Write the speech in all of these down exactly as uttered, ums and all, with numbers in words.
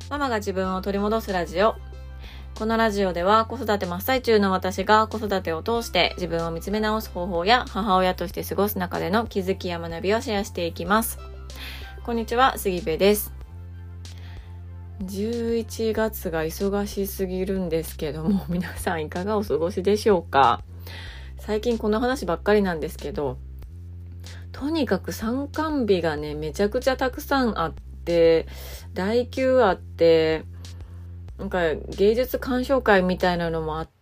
ママが自分を取り戻すラジオ。このラジオでは子育て真っ最中の私が子育てを通して自分を見つめ直す方法や母親として過ごす中での気づきや学びをシェアしていきます。こんにちは、杉部です。じゅういちがつが忙しすぎるんですけども、皆さんいかがお過ごしでしょうか。最近この話ばっかりなんですけど、とにかく参観日がねめちゃくちゃたくさんあって、代休あって、なんか芸術鑑賞会みたいなのもあって、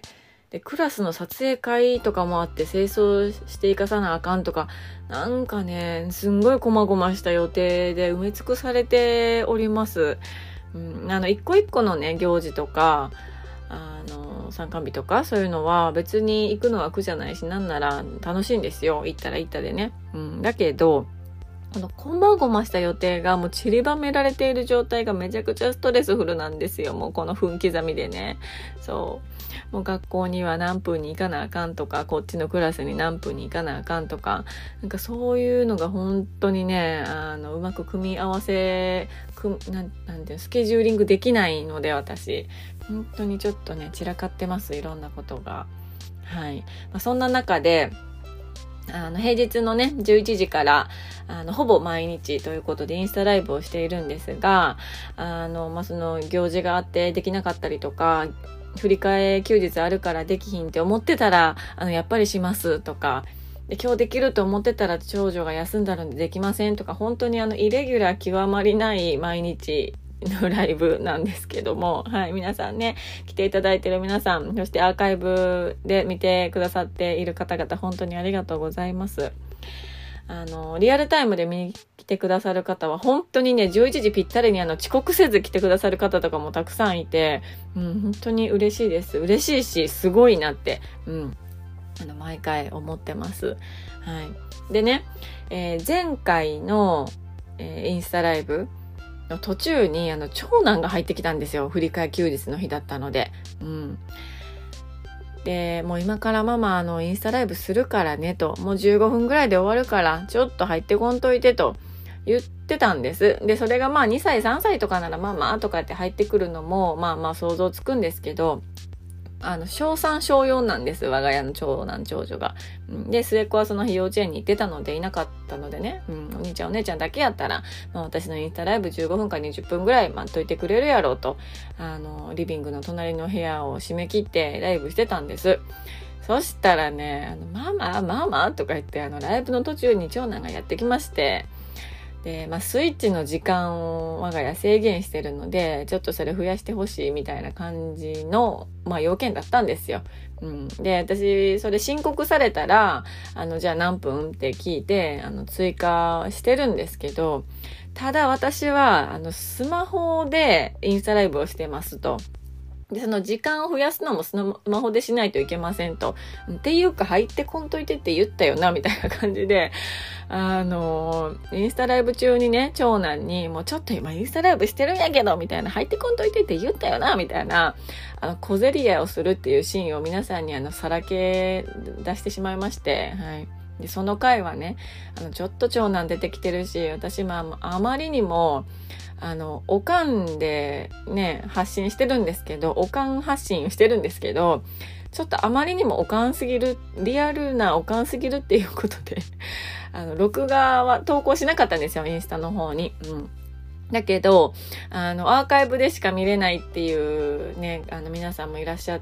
でクラスの撮影会とかもあって、清掃していかさなあかんとか、なんかねすんごいこまごました予定で埋め尽くされております。うん、あの一個一個のね行事とかあの参観日とかそういうのは別に行くのは苦じゃないし、なんなら楽しいんですよ、行ったら行ったでね。うん、だけどこのこまごました予定がもう散りばめられている状態がめちゃくちゃストレスフルなんですよ。もうこの分刻みでね。そうもう学校には何分に行かなあかんとか、こっちのクラスに何分に行かなあかんとか、なんかそういうのが本当にね、あのうまく組み合わせくなん、なんていうスケジューリングできないので、私本当にちょっとね散らかってます、いろんなことが。はい、まあ、そんな中であの平日のねじゅういちじからあのほぼ毎日ということでインスタライブをしているんですが、あの、まあ、その行事があってできなかったりとか、振り替え休日あるからできひんって思ってたらあのやっぱりしますとか、で今日できると思ってたら長女が休んだのでできませんとか、本当にあのイレギュラー極まりない毎日のライブなんですけども、はい、皆さんね来ていただいている皆さん、そしてアーカイブで見てくださっている方々、本当にありがとうございます。あのリアルタイムで見に来てくださる方は本当にねじゅういちじぴったりにあの遅刻せず来てくださる方とかもたくさんいて、うん、本当に嬉しいです。嬉しいしすごいなって、うん、あの毎回思ってます。はい、でね、えー、前回の、えー、インスタライブの途中にあの長男が入ってきたんですよ。振り替え休日の日だったので、うん、でもう今からママあのインスタライブするからねと、もうじゅうごふんぐらいで終わるからちょっと入ってこんといてと言ってたんです。でそれがまあにさいさんさいとかならまあまあとかって入ってくるのもまあまあ想像つくんですけど、あの小さん小よんなんです、我が家の長男長女が。で末っ子はその日幼稚園に行ってたのでいなかったのでね、うん、お兄ちゃんお姉ちゃんだけやったら、まあ、私のインスタライブじゅうごふんかにじゅっぷんぐらい待っといてくれるやろうと、あのリビングの隣の部屋を閉め切ってライブしてたんです。そしたらね、あのママママとか言ってあのライブの途中に長男がやってきまして、で、まあ、スイッチの時間を我が家制限してるので、ちょっとそれ増やしてほしいみたいな感じの、まあ、要件だったんですよ。うん、で、私、それ申告されたら、あの、じゃあ何分って聞いて、あの、追加してるんですけど、ただ私は、あの、スマホでインスタライブをしてますと。で、その時間を増やすのもスマホでしないといけませんと。っていうか入ってこんといてって言ったよな、みたいな感じで、あの、インスタライブ中にね、長男に、もうちょっと今インスタライブしてるんやけど、みたいな、入ってこんといてって言ったよな、みたいな、あの、小競り合いをするっていうシーンを皆さんにあの、さらけ出してしまいまして、はい。で、その回はね、あの、ちょっと長男出てきてるし、私もあまりにも、あのおかんでね発信してるんですけど、おかん発信してるんですけど、ちょっとあまりにもおかんすぎる、リアルなおかんすぎるっていうことであの録画は投稿しなかったんですよ、インスタの方に。うんだけどあのアーカイブでしか見れないっていうね、あの皆さんもいらっしゃって、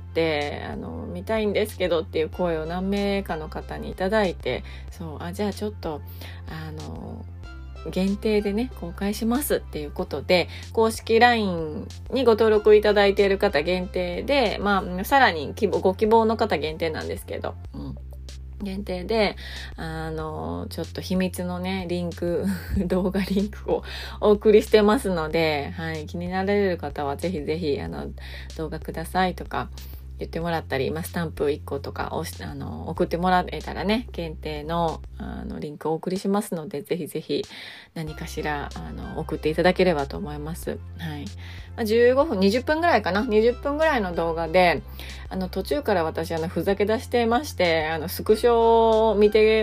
あの見たいんですけどっていう声を何名かの方にいただいて、そうあじゃあちょっとあの限定でね公開しますっていうことで、公式 ライン にご登録いただいている方限定で、まあさらに希望ご希望の方限定なんですけど、うん限定であのちょっと秘密のねリンク動画リンクをお送りしてますので、はい、気になられる方はぜひぜひあの動画くださいとか言ってもらったり、まあ、スタンプいっことか押しあの送ってもらえたらね、限定のあのリンクをお送りしますので、ぜひぜひ何かしらあの送っていただければと思います。はい。まあ、じゅうごふん、にじゅっぷんぐらいかな、にじゅっぷんぐらいの動画で、あの途中から私あのふざけ出してまして、あのスクショを見て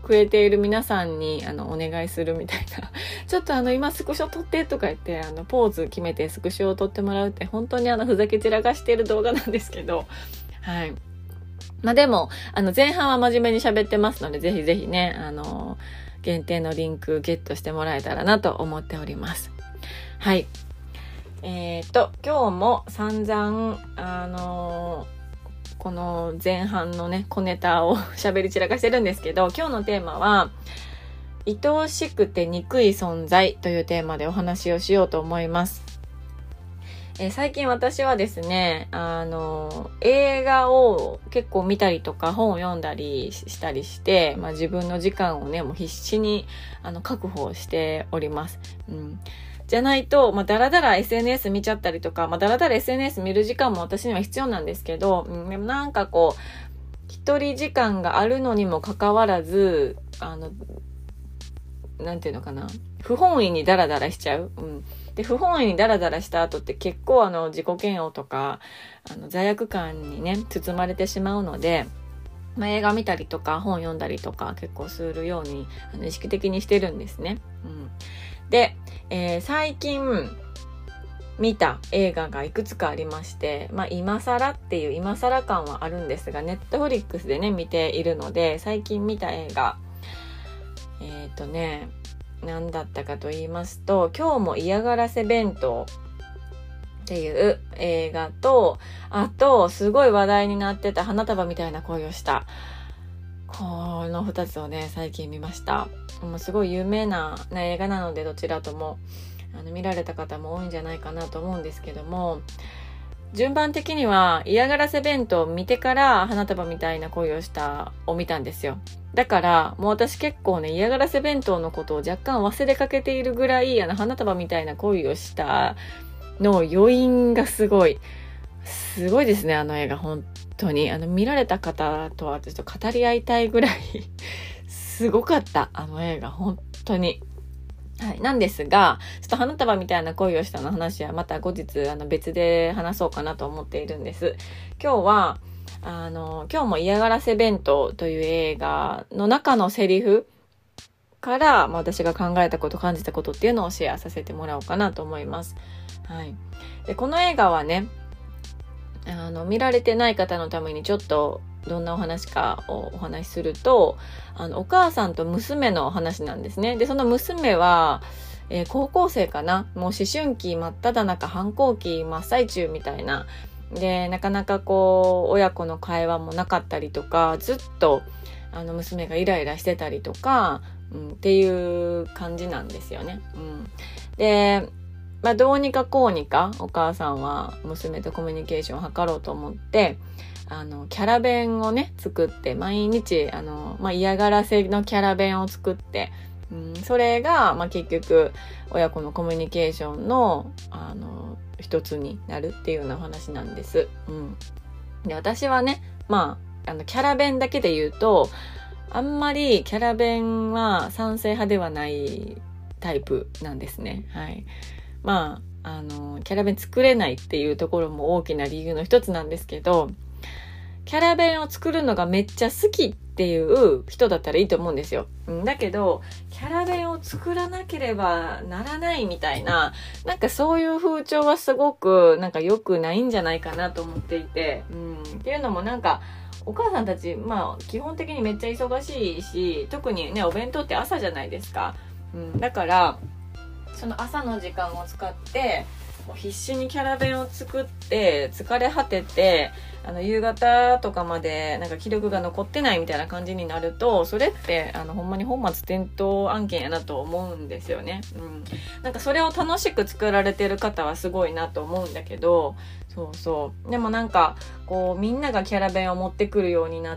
くれている皆さんにあのお願いするみたいなちょっとあの今スクショ撮ってとか言ってあのポーズ決めてスクショを撮ってもらうって本当にあのふざけ散らかしている動画なんですけど、はい。まあでもあの前半は真面目に喋ってますので、ぜひぜひねあの限定のリンクゲットしてもらえたらなと思っております。はい。えー、っと今日も散々あのー、この前半のね小ネタを喋り散らかしてるんですけど、今日のテーマは愛おしくて憎い存在というテーマでお話をしようと思います。えー、最近私はですねあのー、映画を結構見たりとか本を読んだりしたりして、まあ、自分の時間をねもう必死にあの確保しております。うんじゃないと、まあ、だらだら エスエヌエス 見ちゃったりとか、まあ、だらだら エスエヌエス 見る時間も私には必要なんですけど、うん、でもなんかこう、一人時間があるのにもかかわらず、あの、なんていうのかな、不本意にダラダラしちゃう。うん。で、不本意にダラダラした後って結構あの、自己嫌悪とか、あの、罪悪感にね、包まれてしまうので、まあ、映画見たりとか本読んだりとか結構するようにあの意識的にしてるんですね。うん、で、えー、最近見た映画がいくつかありまして、まあ、今更っていう今更感はあるんですが、ネットフリックスでね見ているので、最近見た映画えっとね何だったかと言いますと、今日も嫌がらせ弁当っていう映画と、あとすごい話題になってた花束みたいな恋をした、このふたつをね最近見ました。もうすごい有名な、ね、映画なのでどちらともあの見られた方も多いんじゃないかなと思うんですけども、順番的には嫌がらせ弁当を見てから花束みたいな恋をしたを見たんですよ。だからもう私結構ね嫌がらせ弁当のことを若干忘れかけているぐらい、あの花束みたいな恋をしたの余韻がすごいすごいですね。あの映画本当にあの見られた方とはちょっと語り合いたいぐらいすごかった、あの映画本当に。はい、なんですが、ちょっと花束みたいな恋をしたの話はまた後日あの別で話そうかなと思っているんです。今日はあの今日も嫌がらせ弁当という映画の中のセリフから、まあ、私が考えたこと感じたことっていうのをシェアさせてもらおうかなと思います。はい、でこの映画はねあの見られてない方のためにちょっとどんなお話かをお話しすると、あのお母さんと娘の話なんですね。でその娘は、えー、高校生かな、もう思春期真っ只中、反抗期真っ最中みたいなで、なかなかこう親子の会話もなかったりとか、ずっとあの娘がイライラしてたりとか、うん、っていう感じなんですよね。うん、でまあ、どうにかこうにかお母さんは娘とコミュニケーションを図ろうと思ってあのキャラ弁をね作って、毎日あの、まあ、嫌がらせのキャラ弁を作って、うん、それが、まあ、結局親子のコミュニケーションの、あの一つになるっていうようなお話なんです。うん、で私はね、まあ、あのキャラ弁だけで言うとあんまりキャラ弁は賛成派ではないタイプなんですね。はい。まあ、あの、キャラ弁作れないっていうところも大きな理由の一つなんですけど、キャラ弁を作るのがめっちゃ好きっていう人だったらいいと思うんですよ。だけど、キャラ弁を作らなければならないみたいな、なんかそういう風潮はすごくなんか良くないんじゃないかなと思っていて、うん、っていうのもなんか、お母さんたち、まあ、基本的にめっちゃ忙しいし、特にね、お弁当って朝じゃないですか。うん、だから、その朝の時間を使ってもう必死にキャラ弁を作って疲れ果てて、あの夕方とかまでなんか気力が残ってないみたいな感じになると、それってあのほんまに本末転倒案件やなと思うんですよね。うん、なんかそれを楽しく作られてる方はすごいなと思うんだけど、そうそうでもなんかこうみんながキャラ弁を持ってくるようになって、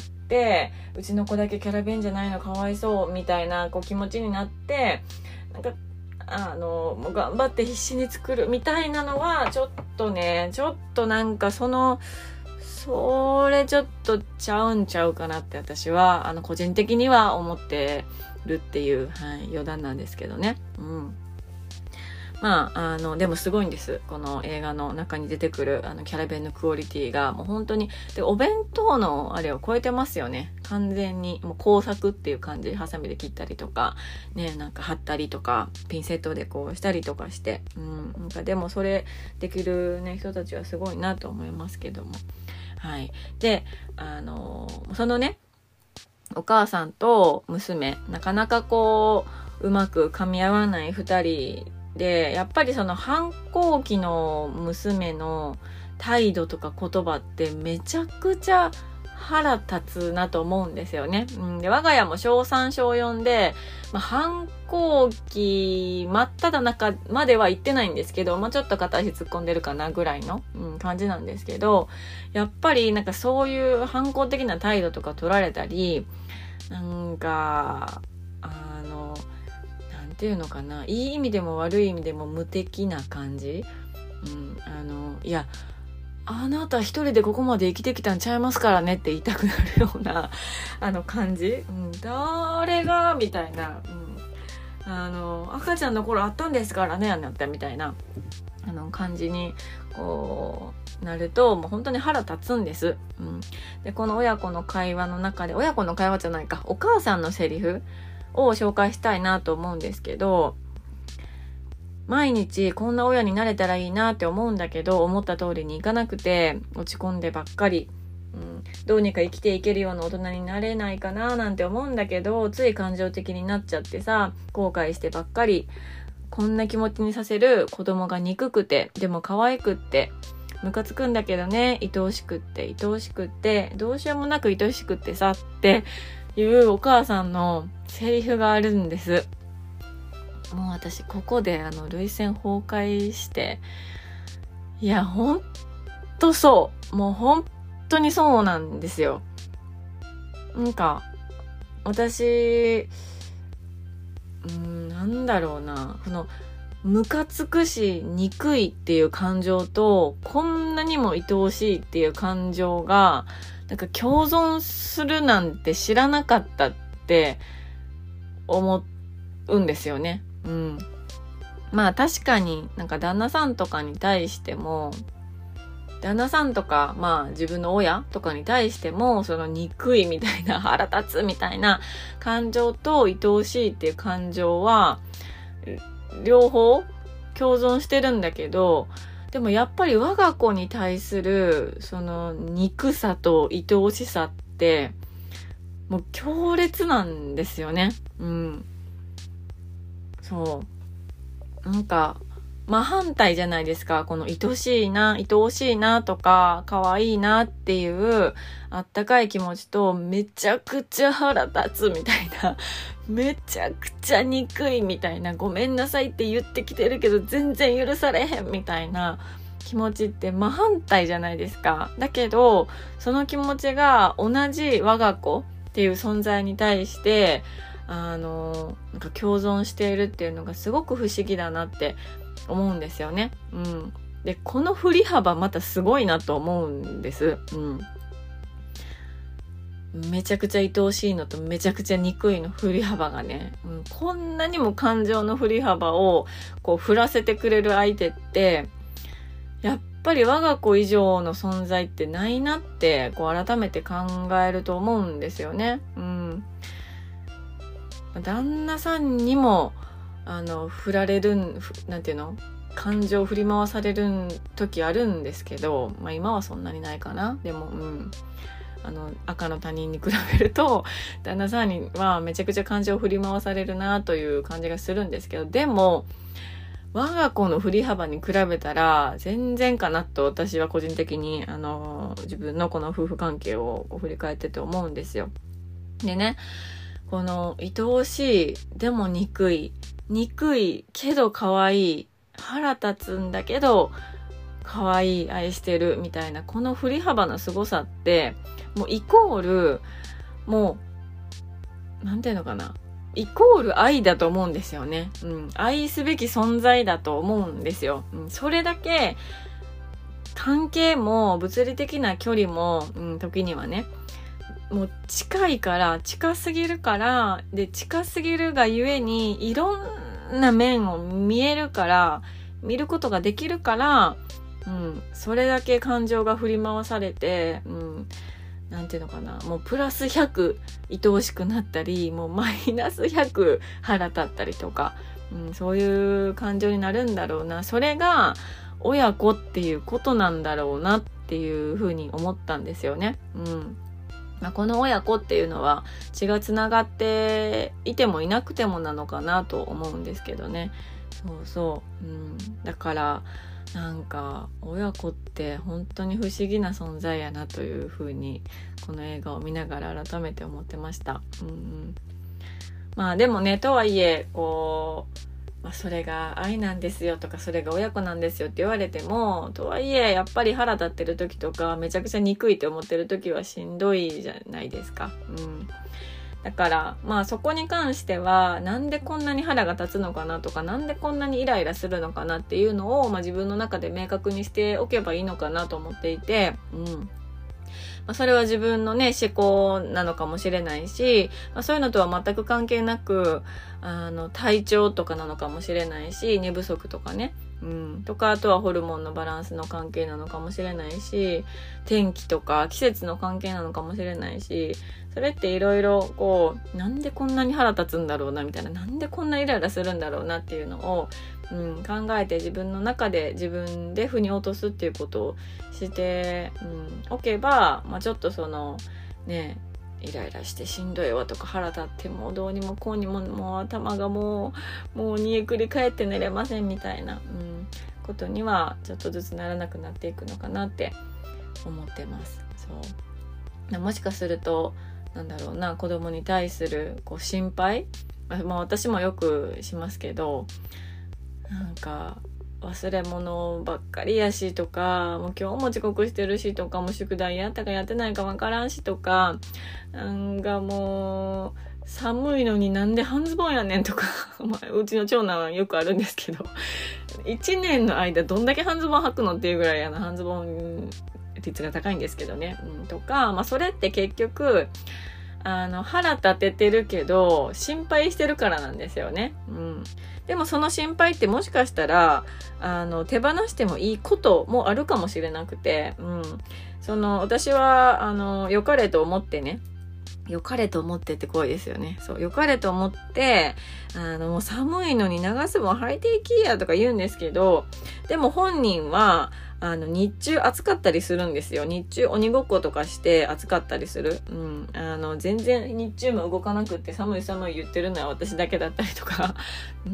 うちの子だけキャラ弁じゃないのかわいそうみたいなこう気持ちになって、なんかあのもう頑張って必死に作るみたいなのはちょっとねちょっとなんかそのそれちょっとちゃうんちゃうかなって私はあの個人的には思ってるっていう、はい、余談なんですけどね。うんまあ、あのでもすごいんです。この映画の中に出てくるあのキャラ弁のクオリティがもう本当にで、お弁当のあれを超えてますよね。完全にもう工作っていう感じでハサミで切ったりとかね、なんか貼ったりとかピンセットでこうしたりとかして、うん、なんかでもそれできるね人たちはすごいなと思いますけども、はい。で、あのそのねお母さんと娘なかなかこううまく噛み合わないふたりで、やっぱりその反抗期の娘の態度とか言葉ってめちゃくちゃ腹立つなと思うんですよね。うん、で我が家もしょうさんしょうよんで、まあ、反抗期真っ只中までは行ってないんですけど、まあ、ちょっと片足突っ込んでるかなぐらいの、うん、感じなんですけど、やっぱりなんかそういう反抗的な態度とか取られたり、なんかあのなんていうのかな、いい意味でも悪い意味でも無敵な感じ、うん、あのいやあなた一人でここまで生きてきたんちゃいますからねって言いたくなるようなあの感じ、うん、誰がみたいな、うん、あの赤ちゃんの頃あったんですからねあなたみたいなあの感じにこうなるともう本当に腹立つんです、うん、でこの親子の会話の中で、親子の会話じゃないか、お母さんのセリフを紹介したいなと思うんですけど、毎日こんな親になれたらいいなって思うんだけど、思った通りにいかなくて落ち込んでばっかり、うん、どうにか生きていけるような大人になれないかななんて思うんだけど、つい感情的になっちゃってさ、後悔してばっかり。こんな気持ちにさせる子供が憎くて、でも可愛くってムカつくんだけどね、愛おしくって愛おしくってどうしようもなく愛おしくってさっていうお母さんのセリフがあるんです。もう私ここであの涙腺崩壊して、いやほんとそう、もう本当にそうなんですよ。なんか私うーんなんだろうな、このムカつくし憎いっていう感情とこんなにも愛おしいっていう感情がなんか共存するなんて知らなかったって思うんですよね。うん、まあ確かになんか旦那さんとかに対しても、旦那さんとかまあ自分の親とかに対してもその憎いみたいな腹立つみたいな感情と愛おしいっていう感情は両方共存してるんだけど、でもやっぱり我が子に対するその憎さと愛おしさってもう強烈なんですよね。うん。そうなんか真反対じゃないですか。この愛しいな、愛おしいなとか可愛いなっていうあったかい気持ちと、めちゃくちゃ腹立つみたいな、めちゃくちゃ憎いみたいな、ごめんなさいって言ってきてるけど全然許されへんみたいな気持ちって真反対じゃないですか。だけどその気持ちが同じ我が子っていう存在に対してあのなんか共存しているっていうのがすごく不思議だなって思うんですよね。うん。でこの振り幅またすごいなと思うんです。うん。めちゃくちゃ愛おしいのとめちゃくちゃ憎いの振り幅がね、うん、こんなにも感情の振り幅をこう振らせてくれる相手ってやっぱり我が子以上の存在ってないなってこう改めて考えると思うんですよね。うん。旦那さんにもあの振られるんなんていうの感情を振り回される時あるんですけど、まあ今はそんなにないかな。でもうんあの赤の他人に比べると旦那さんにはめちゃくちゃ感情を振り回されるなという感じがするんですけど、でも我が子の振り幅に比べたら全然かなと私は個人的にあの自分のこの夫婦関係をこう振り返ってて思うんですよ。でね、この愛おしいでも憎い憎いけど可愛い、腹立つんだけど可愛い、愛してるみたいなこの振り幅の凄さってもうイコールもうなんていうのかな、イコール愛だと思うんですよね。うん、愛すべき存在だと思うんですよ。うん、それだけ関係も物理的な距離も、うん、時にはねもう近いから近すぎるからで近すぎるがゆえにいろんんな面を見えるから、見ることができるから、うん、それだけ感情が振り回されて、うん、なんていうのかな、もうプラスひゃく愛おしくなったり、もうマイナスひゃく腹立ったりとか、うん、そういう感情になるんだろうな。それが親子っていうことなんだろうなっていうふうに思ったんですよね。うんまあ、この親子っていうのは血がつながっていてもいなくてもなのかなと思うんですけどね。そうそう、うん、だからなんか親子って本当に不思議な存在やなというふうにこの映画を見ながら改めて思ってました。うんうん、まあでもね、とはいえこう、まあ、それが愛なんですよとかそれが親子なんですよって言われても、とはいえやっぱり腹立ってる時とかめちゃくちゃ憎いって思ってる時はしんどいじゃないですか。うんだからまあそこに関してはなんでこんなに腹が立つのかなとか、なんでこんなにイライラするのかなっていうのを、まあ、自分の中で明確にしておけばいいのかなと思っていて、うんまあ、それは自分のね思考なのかもしれないし、まあ、そういうのとは全く関係なくあの体調とかなのかもしれないし、寝不足とかね、うん、とかあとはホルモンのバランスの関係なのかもしれないし、天気とか季節の関係なのかもしれないし、それっていろいろこうなんでこんなに腹立つんだろうなみたいな、なんでこんなイライラするんだろうなっていうのを、うん、考えて自分の中で自分で腑に落とすっていうことをして、うん、おけば、まあ、ちょっとそのねイライラしてしんどいわとか腹立ってもうどうにもこうにももう頭がもうもう煮えくり返って寝れませんみたいな、うん、ことにはちょっとずつならなくなっていくのかなって思ってます。そうもしかするとなんだろうな、子供に対するこう心配、まあ、私もよくしますけど、なんか忘れ物ばっかりやしとか、もう今日も遅刻してるしとか、もう宿題やったかやってないかわからんしとか、なんかもう寒いのになんで半ズボンやねんとかまあ、うちの長男はよくあるんですけどいちねんの間どんだけ半ズボン履くのっていうぐらいあの半ズボン率が高いんですけどね、うん、とか、まあ、それって結局あの腹立ててるけど心配してるからなんですよね、うん、でもその心配ってもしかしたらあの手放してもいいこともあるかもしれなくて、うん、その私はあの良かれと思ってね、良かれと思ってって怖いですよね。そう、良かれと思って、あの、もう寒いのに長ズボン履いていきやとか言うんですけど、でも本人は、あの、日中暑かったりするんですよ。日中鬼ごっことかして暑かったりする。うん。あの、全然日中も動かなくって寒い寒い言ってるのは私だけだったりとか。うん。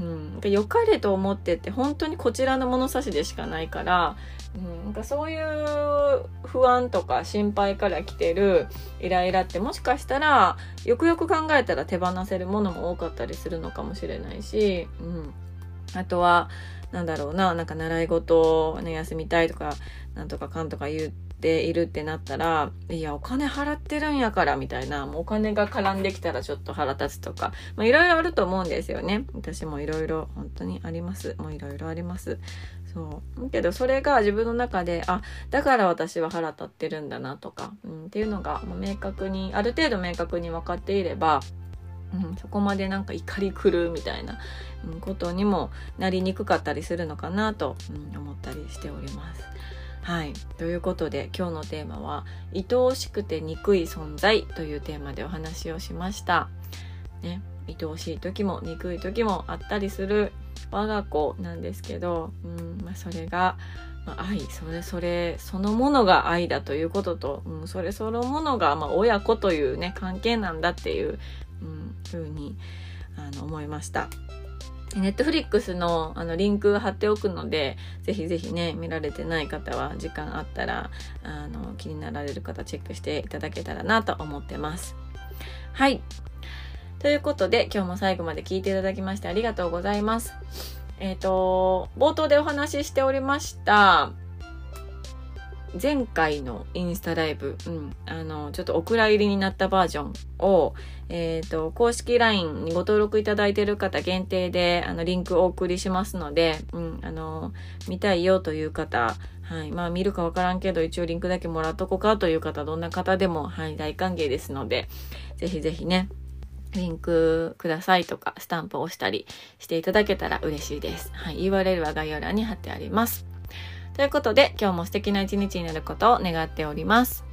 良かれと思ってって本当にこちらの物差しでしかないから、うん、なんかそういう不安とか心配から来てるイライラってもしかしたらよくよく考えたら手放せるものも多かったりするのかもしれないし、うん、あとはなんだろうな、なんか習い事を、ね、休みたいとかなんとかかんとか言っているってなったら、いやお金払ってるんやからみたいな、もうお金が絡んできたらちょっと腹立つとか、まあいろいろあると思うんですよね。私もいろいろ本当にあります。もういろいろあります。そうけどそれが自分の中で、あ、だから私は腹立ってるんだなとか、うん、っていうのがもう明確にある程度明確に分かっていれば、うん、そこまでなんか怒り狂うみたいな、うん、ことにもなりにくかったりするのかなと、うん、思ったりしております。はい、ということで今日のテーマは愛おしくて憎い存在というテーマでお話をしました、ね、愛おしい時も憎い時もあったりする我が子なんですけど、うんまあ、それが、まあ、愛それそれそのものが愛だということと、うん、それそのものが、まあ、親子というね関係なんだっていう、うん、ふうにあの思いました。ネットフリックスのあのリンク貼っておくので、ぜひぜひね見られてない方は時間あったらあの気になられる方チェックしていただけたらなと思ってます。はい、ということで今日も最後まで聞いていただきましてありがとうございます。えっと冒頭でお話ししておりました前回のインスタライブ、うん、あのちょっとお蔵入りになったバージョンを、えっと公式 ライン にご登録いただいている方限定であのリンクをお送りしますので、うん、あの見たいよという方、はい、まあ見るかわからんけど一応リンクだけもらっとこうかという方、どんな方でも、はい、大歓迎ですので、ぜひぜひねリンクくださいとかスタンプを押したりしていただけたら嬉しいです。はい、ユーアールエル は概要欄に貼ってあります。ということで今日も素敵な一日になることを願っております。